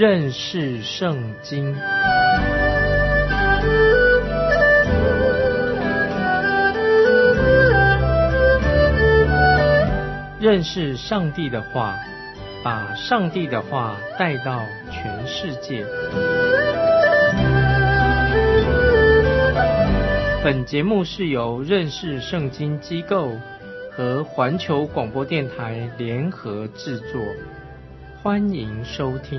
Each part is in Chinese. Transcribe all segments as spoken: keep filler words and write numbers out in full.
认识圣经。认识上帝的话，把上帝的话带到全世界。本节目是由认识圣经机构和环球广播电台联合制作，欢迎收听。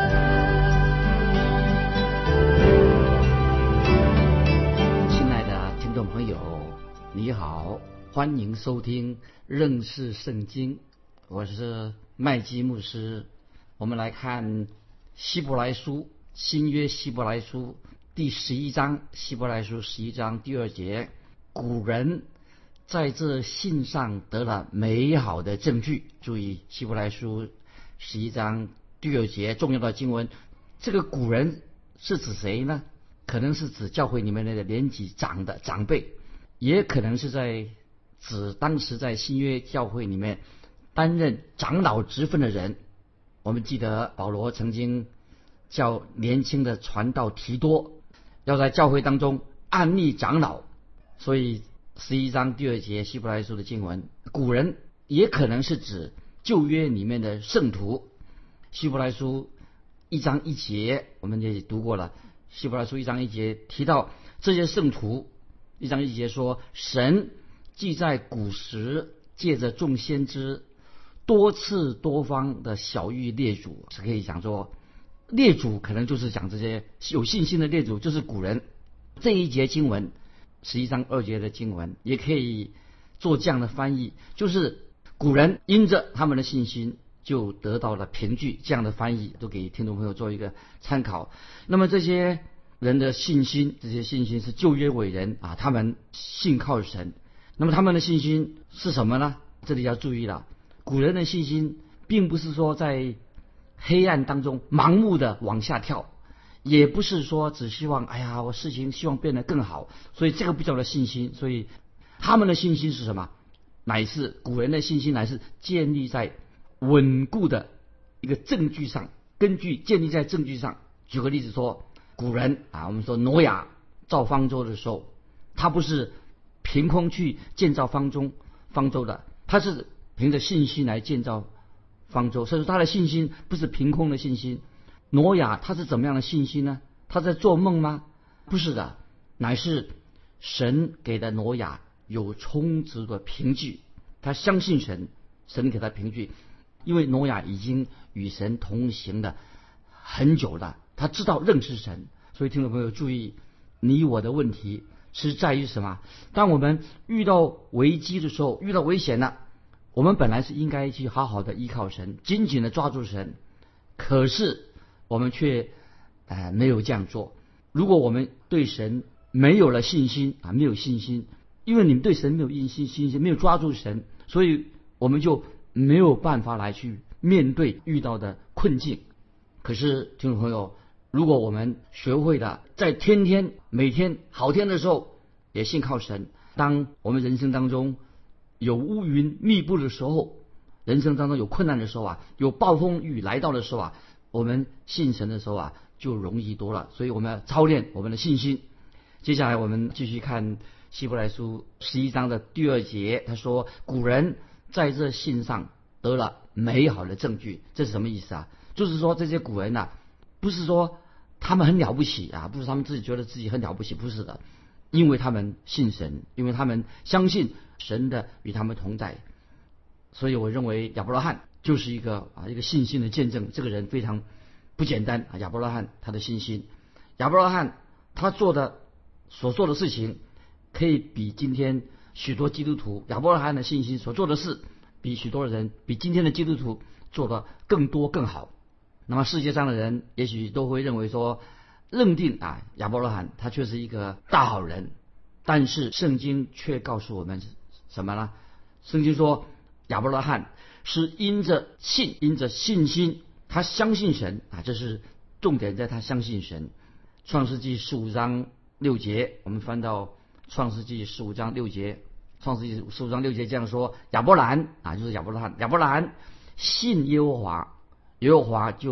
亲爱的听众朋友，你好，欢迎收听认识圣经，我是麦基牧师。我们来看希伯来书，新约希伯来书第十一章，希伯来书十一章第二节，古人在这信上得了美好的证据。注意，希伯来书十一章第二节重要的经文，这个古人是指谁呢？可能是指教会里面的年纪长的长辈，也可能是在指当时在新约教会里面担任长老职分的人。我们记得保罗曾经叫年轻的传道提多要在教会当中按立长老，所以十一章第二节希伯来书的经文，古人也可能是指旧约里面的圣徒。希伯来书一章一节我们也读过了，希伯来书一章一节提到这些圣徒，一章一节说，神既在古时借着众先知多次多方的晓谕列祖，是可以讲说列祖可能就是讲这些有信心的列祖，就是古人。这一节经文十一章二节的经文也可以做这样的翻译，就是古人因着他们的信心就得到了凭据，这样的翻译都给听众朋友做一个参考。那么这些人的信心，这些信心是旧约伟人啊，他们信靠神。那么他们的信心是什么呢？这里要注意了，古人的信心并不是说在黑暗当中盲目的往下跳，也不是说只希望哎呀我事情希望变得更好，所以这个不叫做信心。所以他们的信心是什么？乃是古人的信心乃是建立在稳固的一个证据上，根据建立在证据上。举个例子说，古人啊，我们说挪亚造方舟的时候，他不是凭空去建造方舟方舟的，他是凭着信心来建造方舟，所以说他的信心不是凭空的信心。挪亚他是怎么样的信心呢？他在做梦吗？不是的，乃是神给的挪亚有充足的凭据，他相信神，神给他凭据，因为挪亚已经与神同行了很久了，他知道认识神。所以听众朋友注意，你我的问题是在于什么？当我们遇到危机的时候，遇到危险了，我们本来是应该去好好的依靠神，紧紧的抓住神，可是我们却呃没有这样做。如果我们对神没有了信心啊，没有信心，因为你们对神没有信心，信心没有抓住神，所以我们就没有办法来去面对遇到的困境。可是听众朋友，如果我们学会了在天天每天好天的时候也信靠神，当我们人生当中有乌云密布的时候，人生当中有困难的时候啊，有暴风雨来到的时候啊，我们信神的时候啊就容易多了。所以我们要操练我们的信心。接下来我们继续看希伯来书十一章的第二节，他说古人在这信上得了美好的证据。这是什么意思啊？就是说这些古人啊，不是说他们很了不起啊，不是他们自己觉得自己很了不起，不是的，因为他们信神，因为他们相信神的与他们同在。所以我认为亚伯拉罕就是一个啊一个信心的见证，这个人非常不简单啊。亚伯拉罕他的信心，亚伯拉罕他做的所做的事情，可以比今天许多基督徒亚伯拉罕的信心所做的事，比许多人比今天的基督徒做的更多更好。那么世界上的人也许都会认为说，认定啊亚伯拉罕他却是一个大好人，但是圣经却告诉我们什么呢？圣经说亚伯拉罕是因着信，因着信心，他相信神啊，这是重点，在他相信神。创世纪十五章六节，我们翻到创世纪十五章六节，创世纪十五章六节这样说：亚伯兰啊，就是亚伯拉罕，亚伯兰信耶和华，耶和华就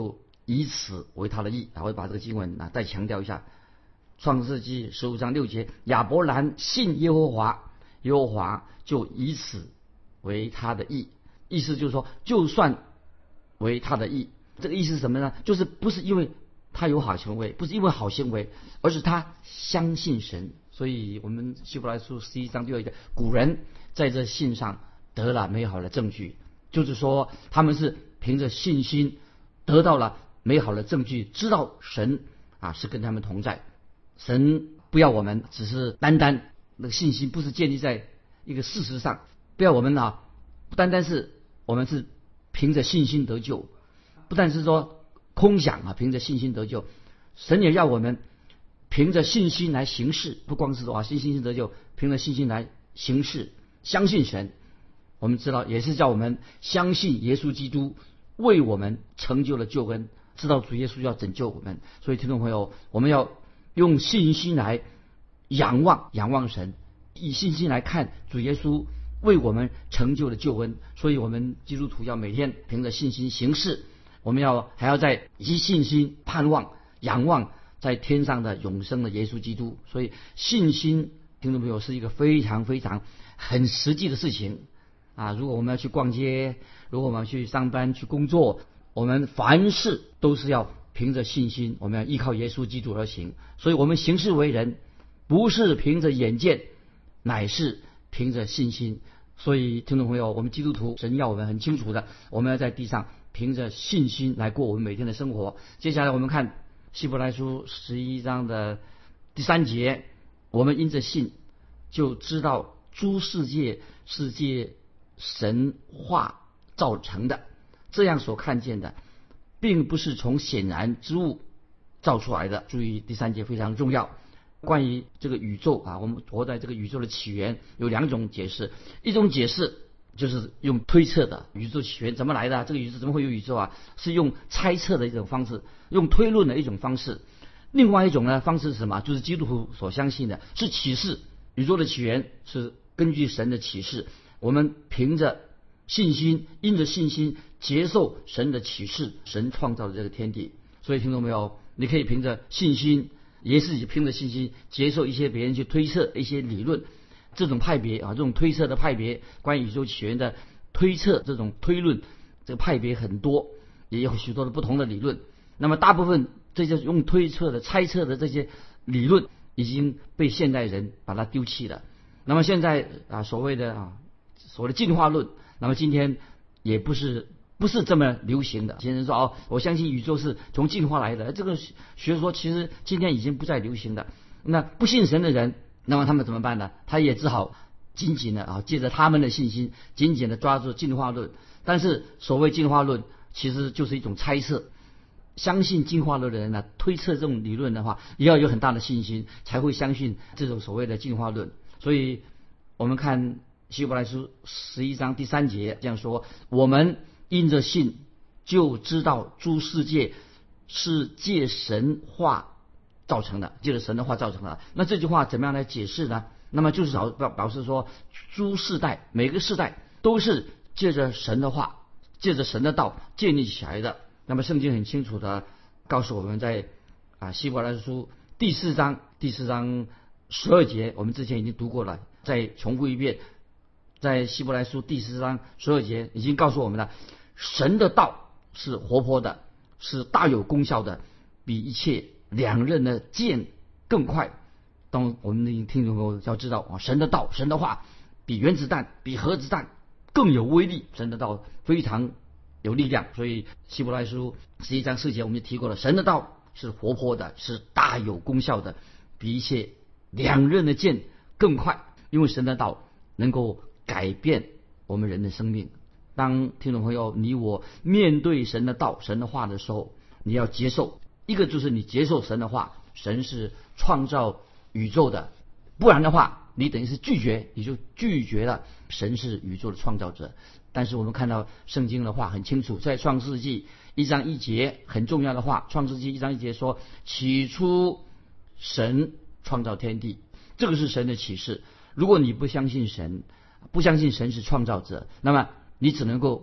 以此为他的义。我会把这个经文啊再强调一下。创世纪十五章六节，亚伯兰信耶和华，耶和华就以此为他的义。意思就是说，就算为他的义，这个意思是什么呢？就是不是因为他有好行为，不是因为好行为，而是他相信神。所以我们希伯来书十一章第二节，古人在这信上得了美好的证据，就是说他们是凭着信心得到了美好的证据，知道神啊是跟他们同在。神不要我们只是单单那个信心不是建立在一个事实上，不要我们啊不单单是我们是凭着信心得救，不但是说空想啊凭着信心得救，神也要我们凭着信心来行事，不光是说啊信心得救，凭着信心来行事，相信神。我们知道也是叫我们相信耶稣基督为我们成就了救恩，知道主耶稣要拯救我们。所以听众朋友，我们要用信心来仰望仰望神，以信心来看主耶稣为我们成就了救恩。所以我们基督徒要每天凭着信心行事，我们要还要在以信心盼望仰望在天上的永生的耶稣基督。所以信心听众朋友是一个非常非常很实际的事情啊！如果我们要去逛街，如果我们要去上班去工作，我们凡事都是要凭着信心，我们要依靠耶稣基督而行。所以我们行事为人不是凭着眼见，乃是凭着信心。所以听众朋友，我们基督徒神要我们很清楚的，我们要在地上凭着信心来过我们每天的生活。接下来我们看希伯来书十一章的第三节，我们因着信就知道诸世界是借神话造成的，这样所看见的并不是从显然之物造出来的。注意第三节非常重要，关于这个宇宙啊，我们活在这个宇宙的起源有两种解释。一种解释就是用推测的，宇宙起源怎么来的，这个宇宙怎么会有宇宙啊，是用猜测的一种方式，用推论的一种方式。另外一种呢方式是什么？就是基督徒所相信的是启示，宇宙的起源是根据神的启示，我们凭着信心，因着信心接受神的启示，神创造的这个天地。所以听众朋友，你可以凭着信心，也是凭着信心接受一些别人去推测一些理论，这种派别啊，这种推测的派别，关于宇宙起源的推测，这种推论，这个派别很多，也有许多的不同的理论。那么大部分这些用推测的、猜测的这些理论已经被现代人把它丢弃了。那么现在啊，所谓的啊，所谓的进化论，那么今天也不是不是这么流行的。有些人说哦，我相信宇宙是从进化来的，这个学说其实今天已经不再流行的。那不信神的人，那么他们怎么办呢？他也只好紧紧的啊，借着他们的信心，紧紧的抓住进化论。但是所谓进化论，其实就是一种猜测。相信进化论的人呢，推测这种理论的话，也要有很大的信心，才会相信这种所谓的进化论。所以我们看希伯来书十一章第三节这样说：我们因着信就知道诸世界是借神话造成的，借着神的话造成的。那这句话怎么样来解释呢？那么就是表表示说，诸世代每个世代都是借着神的话，借着神的道建立起来的。那么圣经很清楚的告诉我们在啊希伯来书第四章第四章十二节，我们之前已经读过了，再重复一遍。在希伯来书第四章十二节已经告诉我们了，神的道是活泼的，是大有功效的，比一切两刃的剑更快。当我们的听众朋友要知道啊，神的道，神的话比原子弹，比核子弹更有威力，神的道非常有力量。所以希伯来书十一章四节我们就提过了，神的道是活泼的，是大有功效的，比一切两刃的剑更快。因为神的道能够改变我们人的生命。当听众朋友你我面对神的道、神的话的时候，你要接受，一个就是你接受神的话，神是创造宇宙的，不然的话你等于是拒绝，你就拒绝了神是宇宙的创造者。但是我们看到圣经的话很清楚，在创世纪一章一节很重要的话，创世纪一章一节说，起初神创造天地，这个是神的启示。如果你不相信神，不相信神是创造者，那么你只能够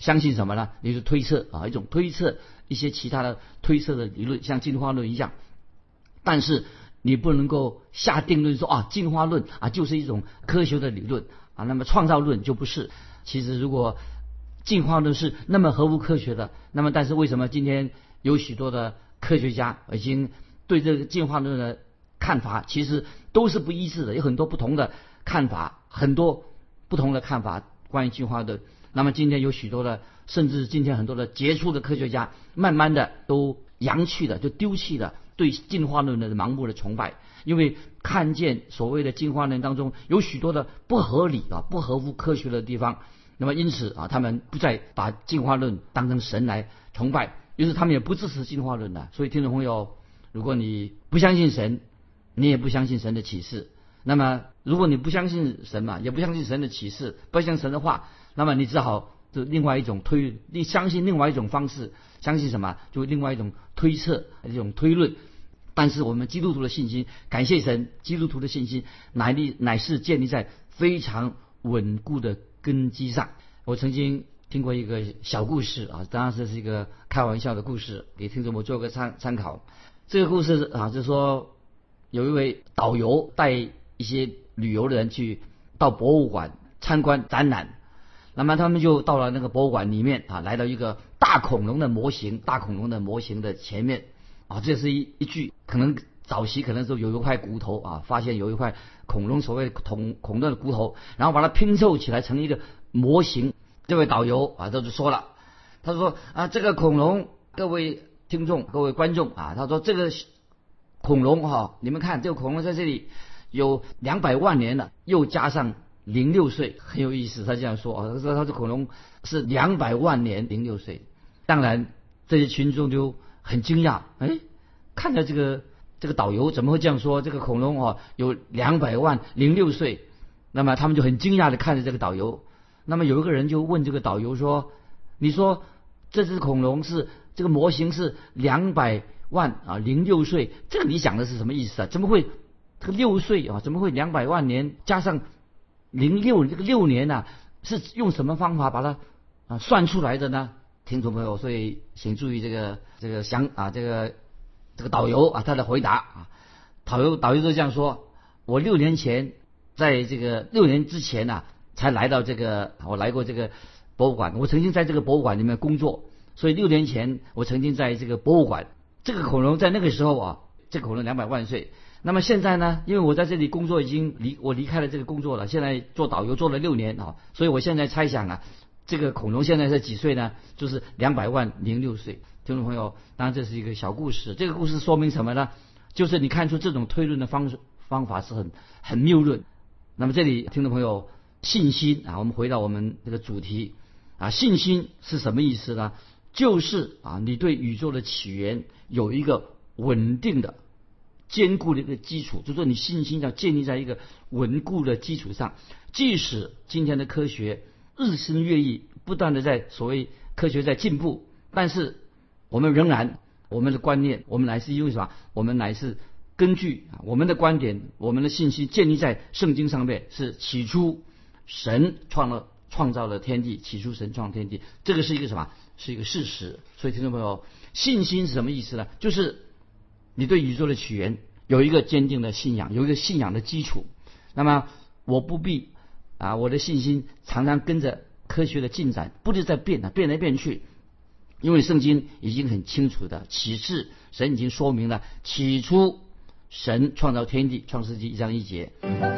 相信什么呢？也就是推测啊，一种推测，一些其他的推测的理论，像进化论一样。但是你不能够下定论说啊，进化论啊就是一种科学的理论啊，那么创造论就不是。其实如果进化论是那么合乎科学的，那么但是为什么今天有许多的科学家已经对这个进化论的看法其实都是不一致的，有很多不同的看法，很多不同的看法关于进化论。那么今天有许多的，甚至今天很多的杰出的科学家，慢慢的都扬弃了，就丢弃了对进化论的盲目的崇拜，因为看见所谓的进化论当中有许多的不合理啊、不合乎科学的地方，那么因此啊，他们不再把进化论当成神来崇拜，于是他们也不支持进化论了。所以听众朋友，如果你不相信神，你也不相信神的启示，那么如果你不相信神嘛，也不相信神的启示，不相信神的话，那么你只好就另外一种推，你相信另外一种方式，相信什么？就另外一种推测，一种推论。但是我们基督徒的信心，感谢神，基督徒的信心乃立乃是建立在非常稳固的根基上。我曾经听过一个小故事啊，当然这是一个开玩笑的故事，给听众们做个参参考。这个故事啊，就是说有一位导游带一些旅游的人去到博物馆参观展览，那么他们就到了那个博物馆里面啊，来到一个大恐龙的模型，大恐龙的模型的前面啊，这是一一具可能早期可能是有一块骨头啊，发现有一块恐龙所谓恐恐龙的骨头，然后把它拼凑起来成一个模型。这位导游啊，他就说了，他说啊，这个恐龙，各位听众、各位观众啊，他说这个恐龙哈、啊，你们看这个恐龙在这里有两百万年了，又加上零六岁，很有意思。他这样说啊，他说他这恐龙是两百万年零六岁。当然，这些群众就很惊讶，哎，看着这个这个导游怎么会这样说？这个恐龙哦有两百万零六岁，那么他们就很惊讶的看着这个导游。那么有一个人就问这个导游说：“你说这只恐龙是这个模型是两百万啊零六岁，这个你讲的是什么意思啊？怎么会这个六岁啊？怎么会两百万年加上零六这个六年呢、啊？是用什么方法把它啊算出来的呢？”听众朋友，所以请注意这个这个详啊这个这个导游啊他的回答啊，导游导游就这样说：“我六年前在这个六年之前呐、啊。”才来到这个，我来过这个博物馆，我曾经在这个博物馆里面工作，所以六年前我曾经在这个博物馆，这个恐龙在那个时候啊，这个恐龙两百万岁。那么现在呢，因为我在这里工作已经离我离开了这个工作了，现在做导游做了六年啊，所以我现在猜想啊，这个恐龙现在是几岁呢？就是两百万零六岁。听众朋友，当然这是一个小故事，这个故事说明什么呢？就是你看出这种推论的方式方法是很很谬论。那么这里听众朋友。信心啊，我们回到我们这个主题啊，信心是什么意思呢？就是啊，你对宇宙的起源有一个稳定的、坚固的一个基础，就是说你信心要建立在一个稳固的基础上。即使今天的科学日新月异，不断的在所谓科学在进步，但是我们仍然我们的观念，我们乃是因为什么？我们乃是根据啊我们的观点，我们的信息建立在圣经上面，是起初。神创了创造了天地，起初神创天地，这个是一个什么？是一个事实。所以听众朋友，信心是什么意思呢？就是你对宇宙的起源有一个坚定的信仰，有一个信仰的基础。那么我不必啊，我的信心常常跟着科学的进展，不是在变啊，变来变去。因为圣经已经很清楚的启示，神已经说明了，起初神创造天地，创世纪一章一节。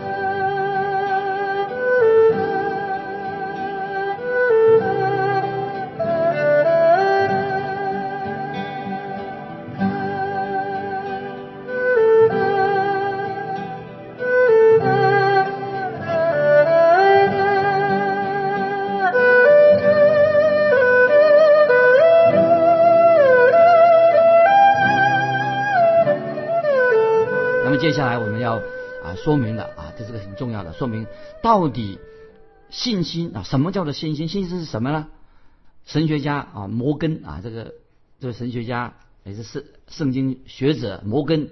接下来我们要啊说明了啊，这是个很重要的说明，到底信心啊，什么叫做信心？信心是什么呢？神学家啊，摩根啊，这个这个神学家也是圣圣经学者摩根，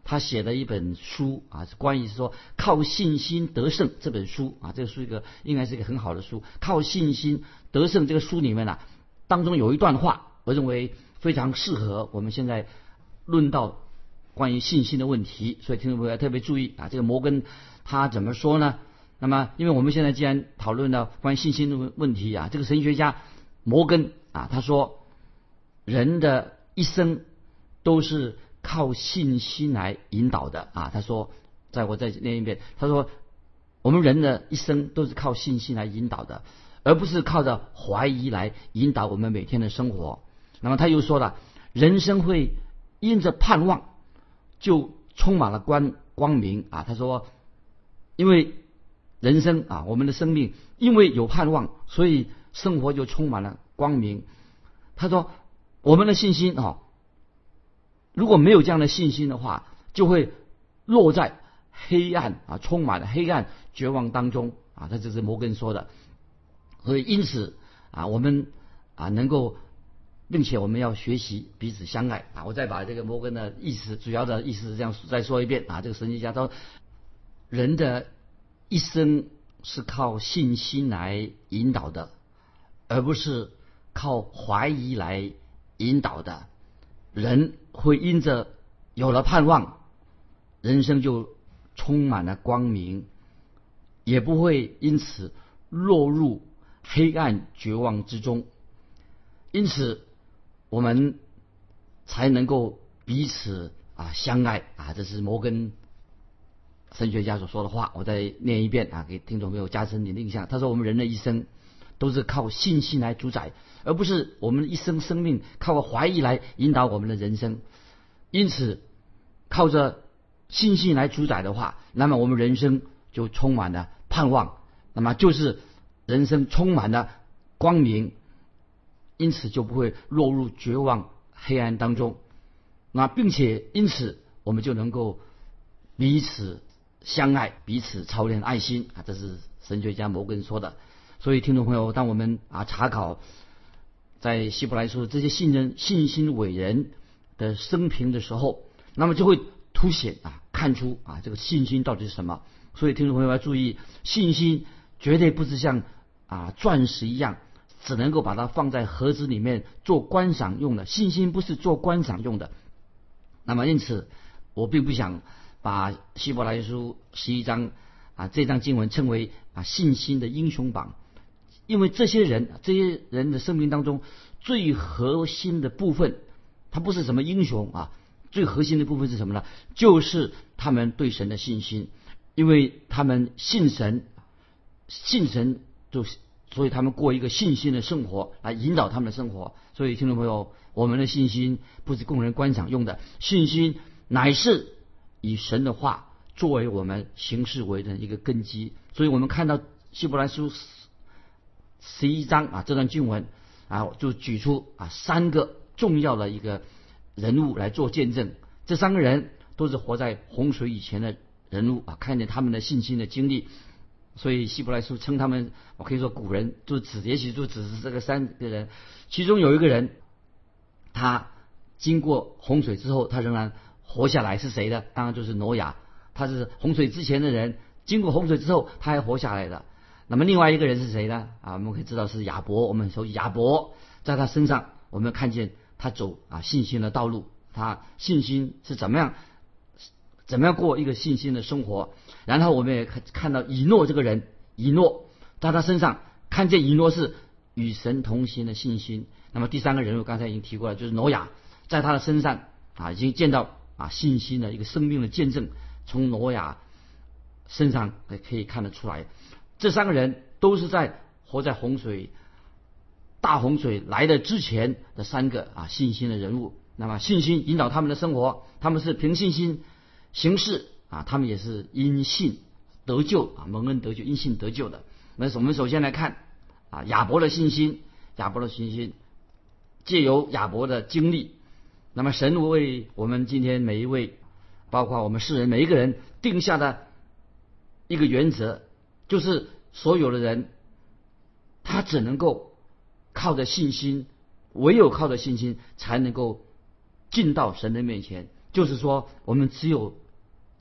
他写的一本书啊，是关于说靠信心得胜这本书啊，这个书一个应该是一个很好的书。靠信心得胜这个书里面啊，当中有一段话，我认为非常适合我们现在论到关于信心的问题，所以听众朋友要特别注意啊。这个摩根他怎么说呢？那么，因为我们现在既然讨论到关于信心的问题啊，这个神学家摩根啊，他说人的一生都是靠信心来引导的啊。他说，在我再念一遍，他说我们人的一生都是靠信心来引导的，而不是靠着怀疑来引导我们每天的生活。那么他又说了，人生会因着盼望就充满了光光明啊。他说，因为人生啊，我们的生命因为有盼望，所以生活就充满了光明。他说，我们的信心啊，如果没有这样的信心的话，就会落在黑暗啊，充满了黑暗绝望当中啊。这就是摩根说的。所以因此啊，我们啊能够，并且我们要学习彼此相爱啊。我再把这个摩根的意思，主要的意思是这样再说一遍啊。这个神学家说，人的一生是靠信心来引导的，而不是靠怀疑来引导的。人会因着有了盼望，人生就充满了光明，也不会因此落入黑暗绝望之中。因此我们才能够彼此啊相爱啊。这是摩根神学家所说的话，我再念一遍啊，给听众朋友加深你的印象。他说，我们人的一生都是靠信心来主宰，而不是我们一生生命靠怀疑来引导我们的人生。因此靠着信心来主宰的话，那么我们人生就充满了盼望，那么就是人生充满了光明，因此就不会落入绝望黑暗当中。那并且因此我们就能够彼此相爱，彼此操练爱心啊，这是神学家摩根说的。所以听众朋友，当我们啊查考在希伯来书这些信人信心伟人的生平的时候，那么就会凸显啊看出啊这个信心到底是什么。所以听众朋友要注意，信心绝对不是像啊钻石一样只能够把它放在盒子里面做观赏用的，信心不是做观赏用的。那么因此我并不想把希伯来书十一章啊这章经文称为啊信心的英雄榜，因为这些人这些人的生命当中最核心的部分，他不是什么英雄啊，最核心的部分是什么呢？就是他们对神的信心，因为他们信神，信神就所以他们过一个信心的生活来引导他们的生活。所以听众朋友，我们的信心不是供人观赏用的，信心乃是以神的话作为我们行事为人一个根基。所以我们看到希伯来书十一章啊这段经文啊，就举出啊三个重要的一个人物来做见证。这三个人都是活在洪水以前的人物啊，看见他们的信心的经历。所以希伯来书称他们，我可以说古人就指，也许就只是这个三个人。其中有一个人，他经过洪水之后，他仍然活下来，是谁呢？当然就是挪亚。他是洪水之前的人，经过洪水之后他还活下来的。那么另外一个人是谁呢？啊，我们可以知道是亚伯。我们熟悉亚伯，在他身上我们看见他走啊信心的道路，他信心是怎么样怎么样过一个信心的生活。然后我们也看到以诺这个人，以诺在他身上看见以诺是与神同行的信心。那么第三个人物刚才已经提过了，就是挪亚，在他的身上啊已经见到啊信心的一个生命的见证，从挪亚身上可以看得出来。这三个人都是在活在洪水大洪水来的之前的三个啊信心的人物。那么信心引导他们的生活，他们是凭信心行事啊，他们也是因信得救啊，蒙恩得救，因信得救的。那我们首先来看啊亚伯的信心，亚伯的信心借由亚伯的经历，那么神为我们今天每一位，包括我们世人每一个人定下的一个原则，就是所有的人他只能够靠着信心，唯有靠着信心才能够进到神的面前。就是说我们只有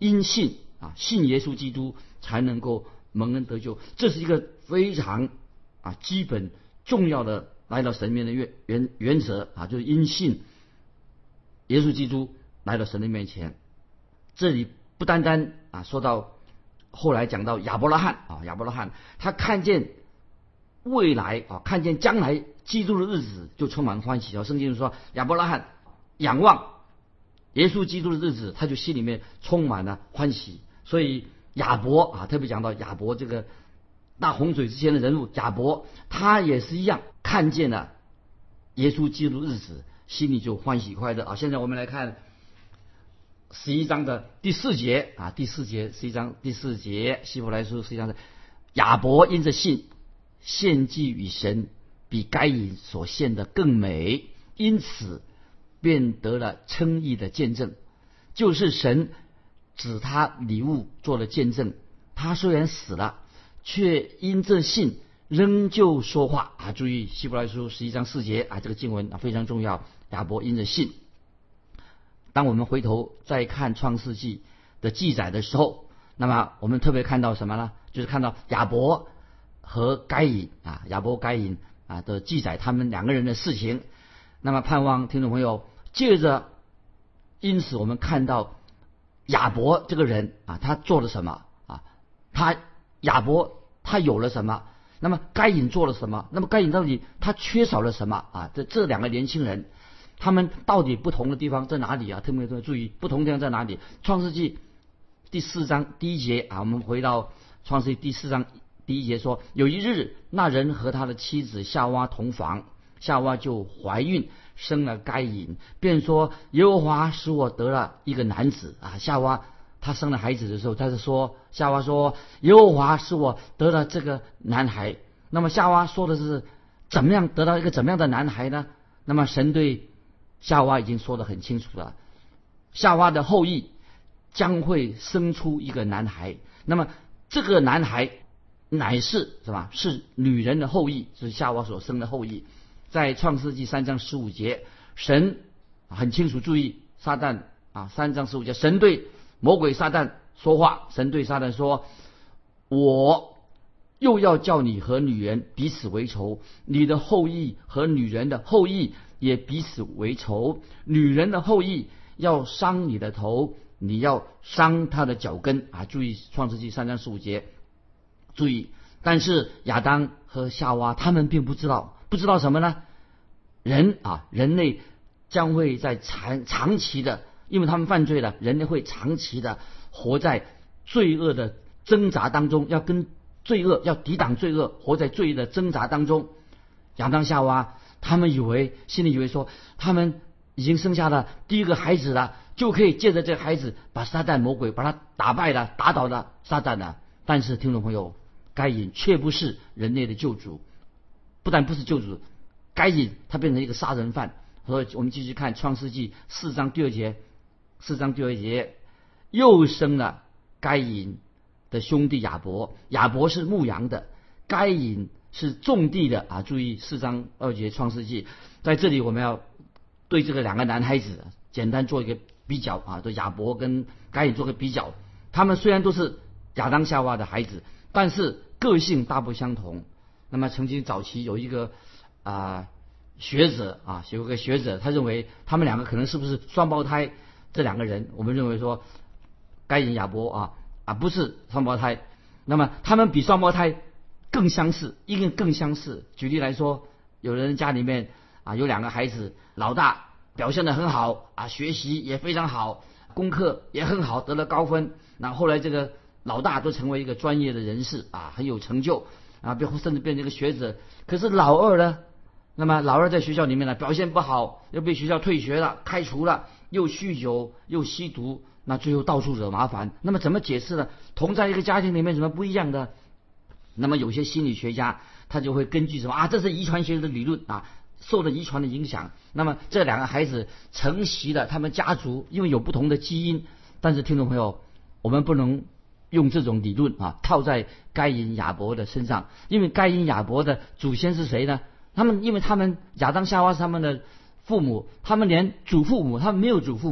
因信啊信耶稣基督才能够蒙恩得救。这是一个非常啊基本重要的来到神面的原原原则啊，就是因信耶稣基督来到神的面前。这里不单单啊说到后来讲到亚伯拉罕啊，亚伯拉罕他看见未来啊，看见将来基督的日子就充满欢喜啊。圣经说亚伯拉罕仰望耶稣基督的日子，他就心里面充满了欢喜。所以亚伯啊，特别讲到亚伯这个大洪水之前的人物，亚伯他也是一样，看见了耶稣基督的日子，心里就欢喜快乐啊。现在我们来看十一章的第四节啊，第四节十一章第四节，希伯来书十一章的亚伯因着信献祭与神，比该隐所献的更美，因此便得了称义的见证，就是神指他礼物做了见证。他虽然死了，却因这信仍旧说话啊！注意希伯来书十一章四节啊，这个经文啊非常重要。亚伯因着信，当我们回头再看创世纪的记载的时候，那么我们特别看到什么呢？就是看到亚伯和该隐啊，亚伯该隐啊的记载，他们两个人的事情。那么盼望听众朋友借着，因此我们看到亚伯这个人啊，他做了什么啊？他亚伯他有了什么？那么该隐做了什么？那么该隐到底他缺少了什么啊？这这两个年轻人，他们到底不同的地方在哪里啊？特别特别注意，不同的地方在哪里？创世纪第四章第一节啊，我们回到创世纪第四章第一节说，有一日，那人和他的妻子夏娃同房，夏娃就怀孕，生了该隐，便说耶和华使我得了一个男子啊。夏娃她生了孩子的时候，她是说夏娃说耶和华使我得了这个男孩。那么夏娃说的是怎么样得到一个怎么样的男孩呢？那么神对夏娃已经说得很清楚了，夏娃的后裔将会生出一个男孩。那么这个男孩乃是是吧？是女人的后裔，是夏娃所生的后裔。在创世纪三章十五节，神很清楚，注意撒旦啊，三章十五节，神对魔鬼撒旦说话，神对撒旦说：我又要叫你和女人彼此为仇，你的后裔和女人的后裔也彼此为仇，女人的后裔要伤你的头，你要伤他的脚跟啊！注意创世纪三章十五节，注意，但是亚当和夏娃他们并不知道，不知道什么呢？人啊，人类将会在长长期的，因为他们犯罪了，人类会长期的活在罪恶的挣扎当中，要跟罪恶要抵挡罪恶，活在罪恶的挣扎当中。亚当夏娃他们以为心里以为说，他们已经生下了第一个孩子了，就可以借着这个孩子把撒旦魔鬼把他打败了，打倒了撒旦了。但是听众朋友，该隐却不是人类的救主，不但不是救主，该隐他变成一个杀人犯。所以我们继续看创世纪四章第二节，四章第二节，又生了该隐的兄弟亚伯，亚伯是牧羊的，该隐是种地的啊。注意四章二节创世纪，在这里我们要对这个两个男孩子简单做一个比较啊，对亚伯跟该隐做个比较。他们虽然都是亚当夏娃的孩子，但是个性大不相同。那么曾经早期有一个啊、呃、学者啊，有个学者他认为他们两个可能是不是双胞胎。这两个人我们认为说该隐亚伯啊啊不是双胞胎，那么他们比双胞胎更相似，一定更相似。举例来说，有人家里面啊有两个孩子，老大表现得很好啊，学习也非常好，功课也很好，得了高分。那后来这个老大都成为一个专业的人士啊，很有成就啊，甚至变成一个学者。可是老二呢？那么老二在学校里面呢表现不好，又被学校退学了、开除了，又酗酒又吸毒，那最后到处惹麻烦。那么怎么解释呢？同在一个家庭里面怎么不一样的？那么有些心理学家他就会根据什么啊？这是遗传学的理论啊，受了遗传的影响。那么这两个孩子承袭了他们家族，因为有不同的基因。但是听众朋友，我们不能用这种理论啊套在该隐亚伯的身上，因为该隐亚伯的祖先是谁呢？他们因为他们亚当夏娃是他们的父母，他们连祖父母他们没有祖父母，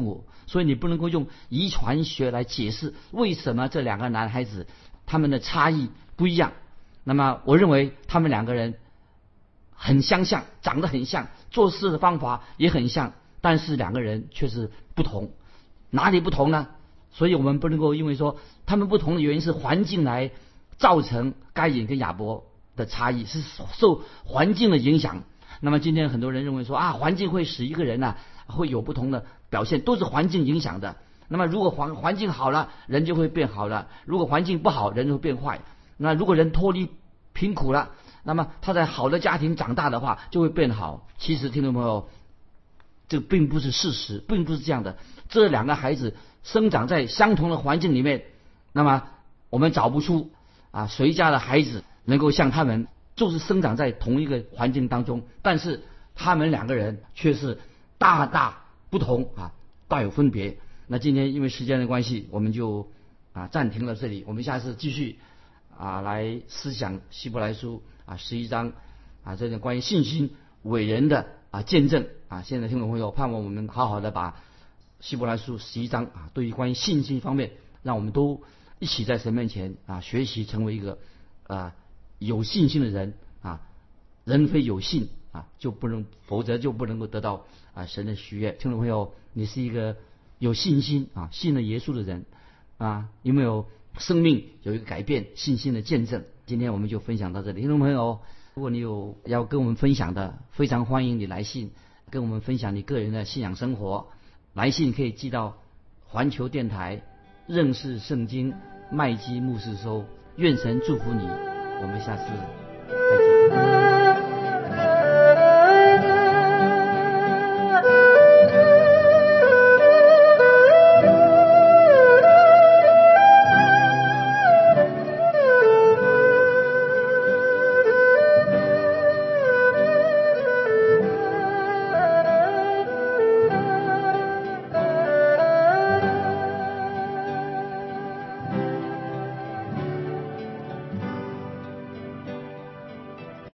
所以你不能够用遗传学来解释为什么这两个男孩子他们的差异不一样。那么我认为他们两个人很相像，长得很像，做事的方法也很像，但是两个人却是不同。哪里不同呢？所以我们不能够因为说他们不同的原因是环境来造成该隐跟亚伯的差异，是受环境的影响。那么今天很多人认为说啊，环境会使一个人呢、啊、会有不同的表现，都是环境影响的。那么如果环环境好了，人就会变好了；如果环境不好，人就会变坏。那如果人脱离贫苦了，那么他在好的家庭长大的话，就会变好。其实听众朋友，这并不是事实，并不是这样的。这两个孩子生长在相同的环境里面，那么我们找不出啊谁家的孩子能够像他们，就是生长在同一个环境当中，但是他们两个人却是大大不同啊，大有分别。那今天因为时间的关系，我们就啊暂停了这里，我们下次继续啊来思想希伯来书啊十一章啊这种关于信心伟人的啊见证啊。现在听众朋友，盼望我们好好的把希伯来书十一章啊对于关于信心方面，让我们都一起在神面前啊学习，成为一个啊有信心的人啊。人非有信啊就不能，否则就不能够得到啊神的喜悦。听众朋友，你是一个有信心啊信了耶稣的人啊，有没有生命有一个改变信心的见证？今天我们就分享到这里。听众朋友，如果你有要跟我们分享的，非常欢迎你来信跟我们分享你个人的信仰生活。来信可以寄到环球电台认识圣经麦基牧师收。愿神祝福你，我们下次再见。